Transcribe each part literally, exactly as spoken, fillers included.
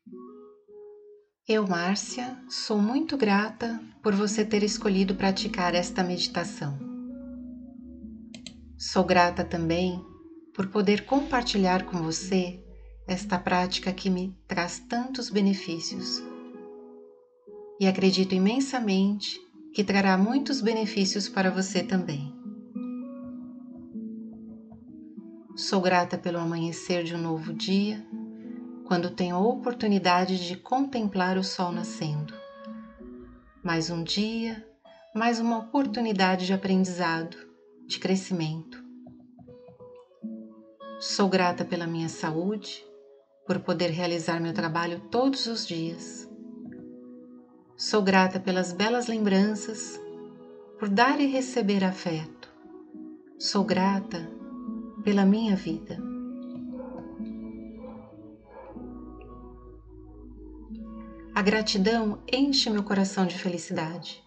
Eu, Márcia, sou muito grata por você ter escolhido praticar esta meditação. Sou grata também por poder compartilhar com você esta prática que me traz tantos benefícios. E acredito imensamente que trará muitos benefícios para você também. Sou grata pelo amanhecer de um novo dia, quando tenho a oportunidade de contemplar o sol nascendo. Mais um dia, mais uma oportunidade de aprendizado, de crescimento. Sou grata pela minha saúde, por poder realizar meu trabalho todos os dias. Sou grata pelas belas lembranças, por dar e receber afeto. Sou grata pela minha vida. A gratidão enche meu coração de felicidade.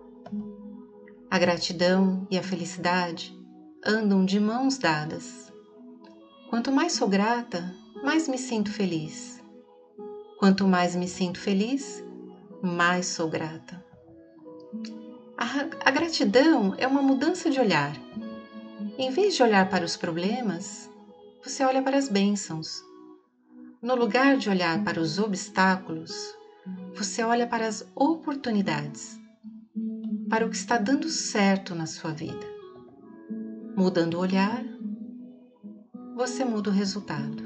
A gratidão e a felicidade andam de mãos dadas. Quanto mais sou grata, mais me sinto feliz. Quanto mais me sinto feliz, mais sou grata. A, a gratidão é uma mudança de olhar. Em vez de olhar para os problemas, você olha para as bênçãos. No lugar de olhar para os obstáculos, você olha para as oportunidades, para o que está dando certo na sua vida. Mudando o olhar, você muda o resultado.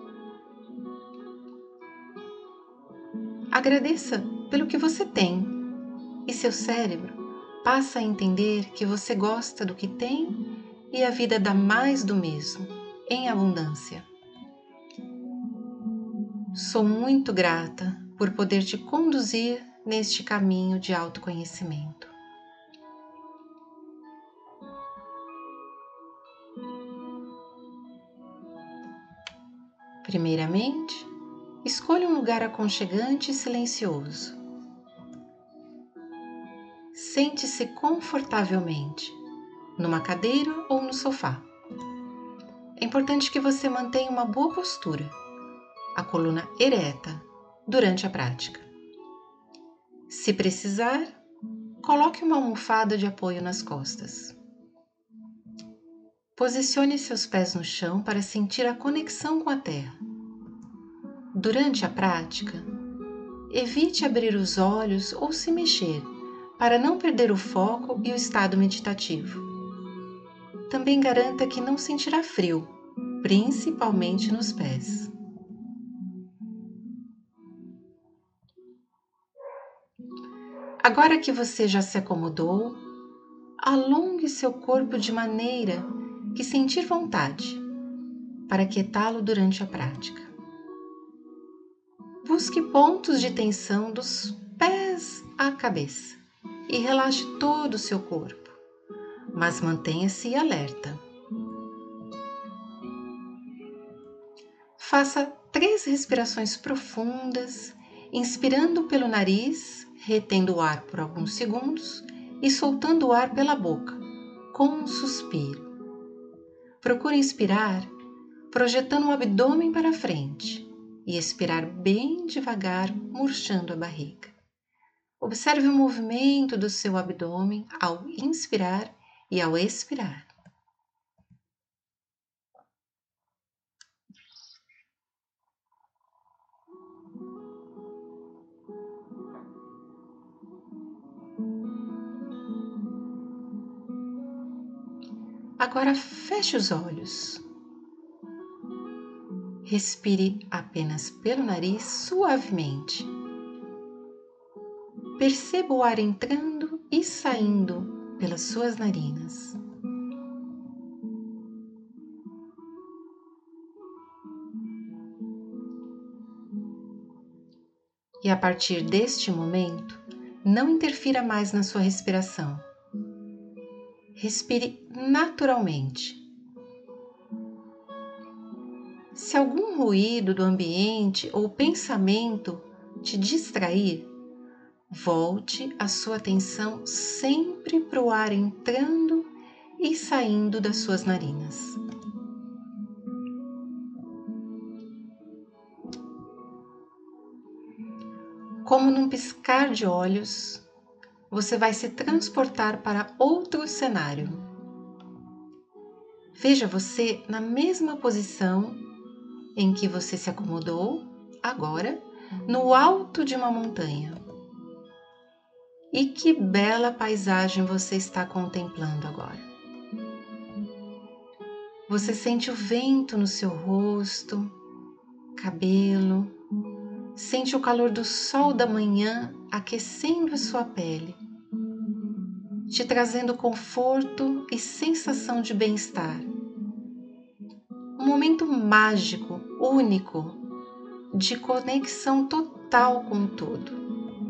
Agradeça pelo que você tem e seu cérebro passa a entender que você gosta do que tem e a vida dá mais do mesmo, em abundância. Sou muito grata por poder te conduzir neste caminho de autoconhecimento. Primeiramente, escolha um lugar aconchegante e silencioso. Sente-se confortavelmente, numa cadeira ou no sofá. É importante que você mantenha uma boa postura, a coluna ereta, durante a prática. Se precisar, coloque uma almofada de apoio nas costas. Posicione seus pés no chão para sentir a conexão com a terra. Durante a prática, evite abrir os olhos ou se mexer, para não perder o foco e o estado meditativo. Também garanta que não sentirá frio, principalmente nos pés. Agora que você já se acomodou, alongue seu corpo de maneira que sentir vontade, para quietá-lo durante a prática. Busque pontos de tensão dos pés à cabeça e relaxe todo o seu corpo, mas mantenha-se alerta. Faça três respirações profundas, inspirando pelo nariz, retendo o ar por alguns segundos e soltando o ar pela boca, com um suspiro. Procure inspirar, projetando o abdômen para frente e expirar bem devagar, murchando a barriga. Observe o movimento do seu abdômen ao inspirar e ao expirar. Agora feche os olhos. Respire apenas pelo nariz suavemente. Perceba o ar entrando e saindo pelas suas narinas. E a partir deste momento, não interfira mais na sua respiração. Respire naturalmente. Se algum ruído do ambiente ou pensamento te distrair, volte a sua atenção sempre para o ar entrando e saindo das suas narinas. Como num piscar de olhos, você vai se transportar para outro cenário. Veja você na mesma posição em que você se acomodou agora, no alto de uma montanha. E que bela paisagem você está contemplando agora. Você sente o vento no seu rosto, cabelo, sente o calor do sol da manhã aquecendo a sua pele, te trazendo conforto e sensação de bem-estar. Um momento mágico, único, de conexão total com o todo.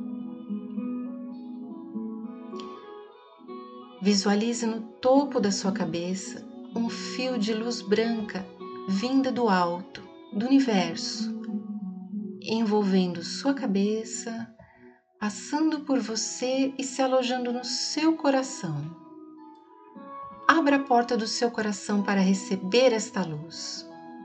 Visualize no topo da sua cabeça um fio de luz branca vinda do alto, do universo, envolvendo sua cabeça, passando por você e se alojando no seu coração. Abra a porta do seu coração para receber esta luz.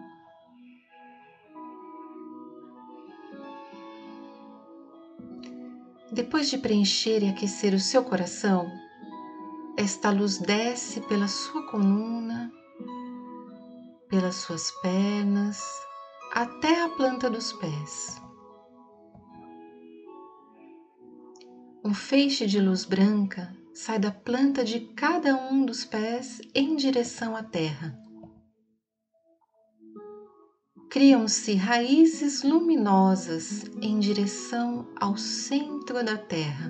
Depois de preencher e aquecer o seu coração, esta luz desce pela sua coluna, pelas suas pernas, até a planta dos pés. Um feixe de luz branca sai da planta de cada um dos pés em direção à terra. Criam-se raízes luminosas em direção ao centro da terra.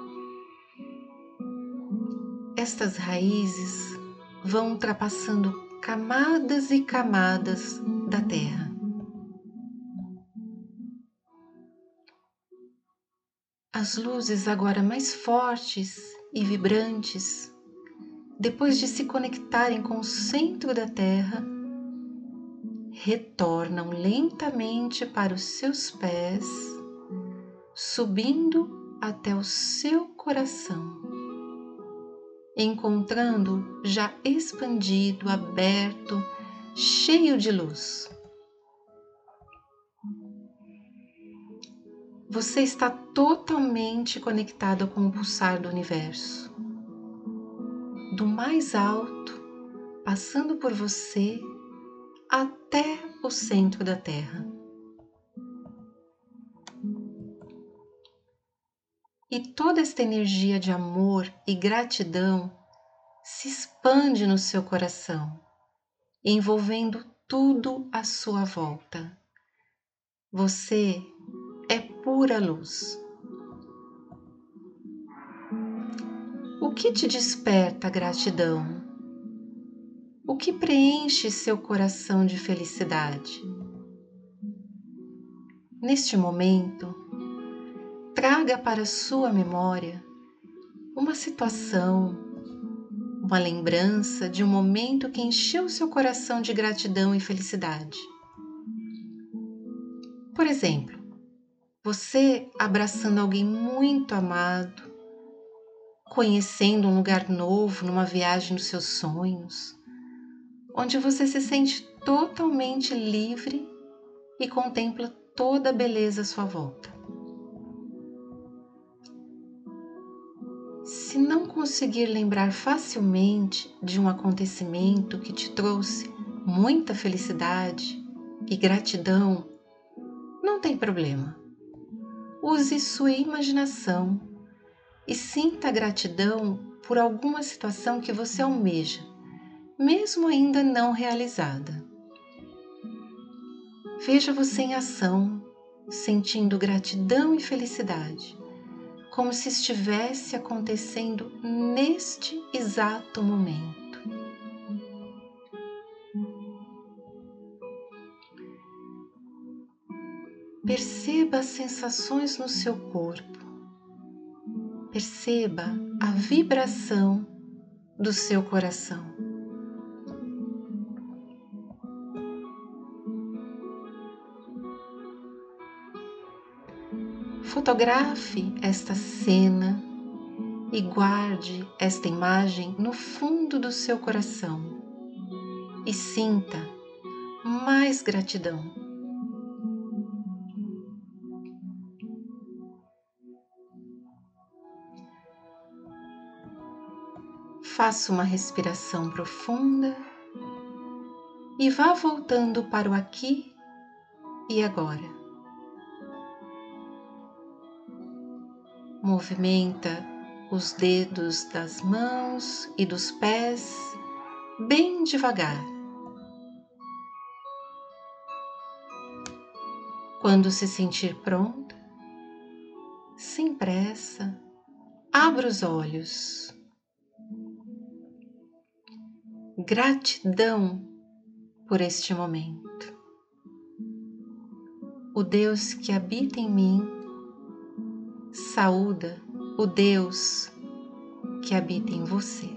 Estas raízes vão ultrapassando camadas e camadas da terra. As luzes agora mais fortes e vibrantes, depois de se conectarem com o centro da terra, retornam lentamente para os seus pés, subindo até o seu coração, encontrando já expandido, aberto, cheio de luz. Você está totalmente conectado com o pulsar do universo, do mais alto, passando por você até o centro da Terra. E toda esta energia de amor e gratidão se expande no seu coração, envolvendo tudo à sua volta. Você é pura luz. O que te desperta a gratidão? O que preenche seu coração de felicidade? Neste momento, traga para sua memória uma situação, uma lembrança de um momento que encheu seu coração de gratidão e felicidade. Por exemplo, você abraçando alguém muito amado, conhecendo um lugar novo numa viagem dos seus sonhos, onde você se sente totalmente livre e contempla toda a beleza à sua volta. Se não conseguir lembrar facilmente de um acontecimento que te trouxe muita felicidade e gratidão, não tem problema. Use sua imaginação e sinta gratidão por alguma situação que você almeja, mesmo ainda não realizada. Veja você em ação, sentindo gratidão e felicidade, como se estivesse acontecendo neste exato momento. Perceba as sensações no seu corpo. Perceba a vibração do seu coração. Fotografe esta cena e guarde esta imagem no fundo do seu coração e sinta mais gratidão. faça uma respiração profunda e vá voltando para o aqui e agora. Movimenta os dedos das mãos e dos pés bem devagar. Quando se sentir pronta, sem pressa, abra os olhos. Gratidão por este momento. O Deus que habita em mim saúda o Deus que habita em você.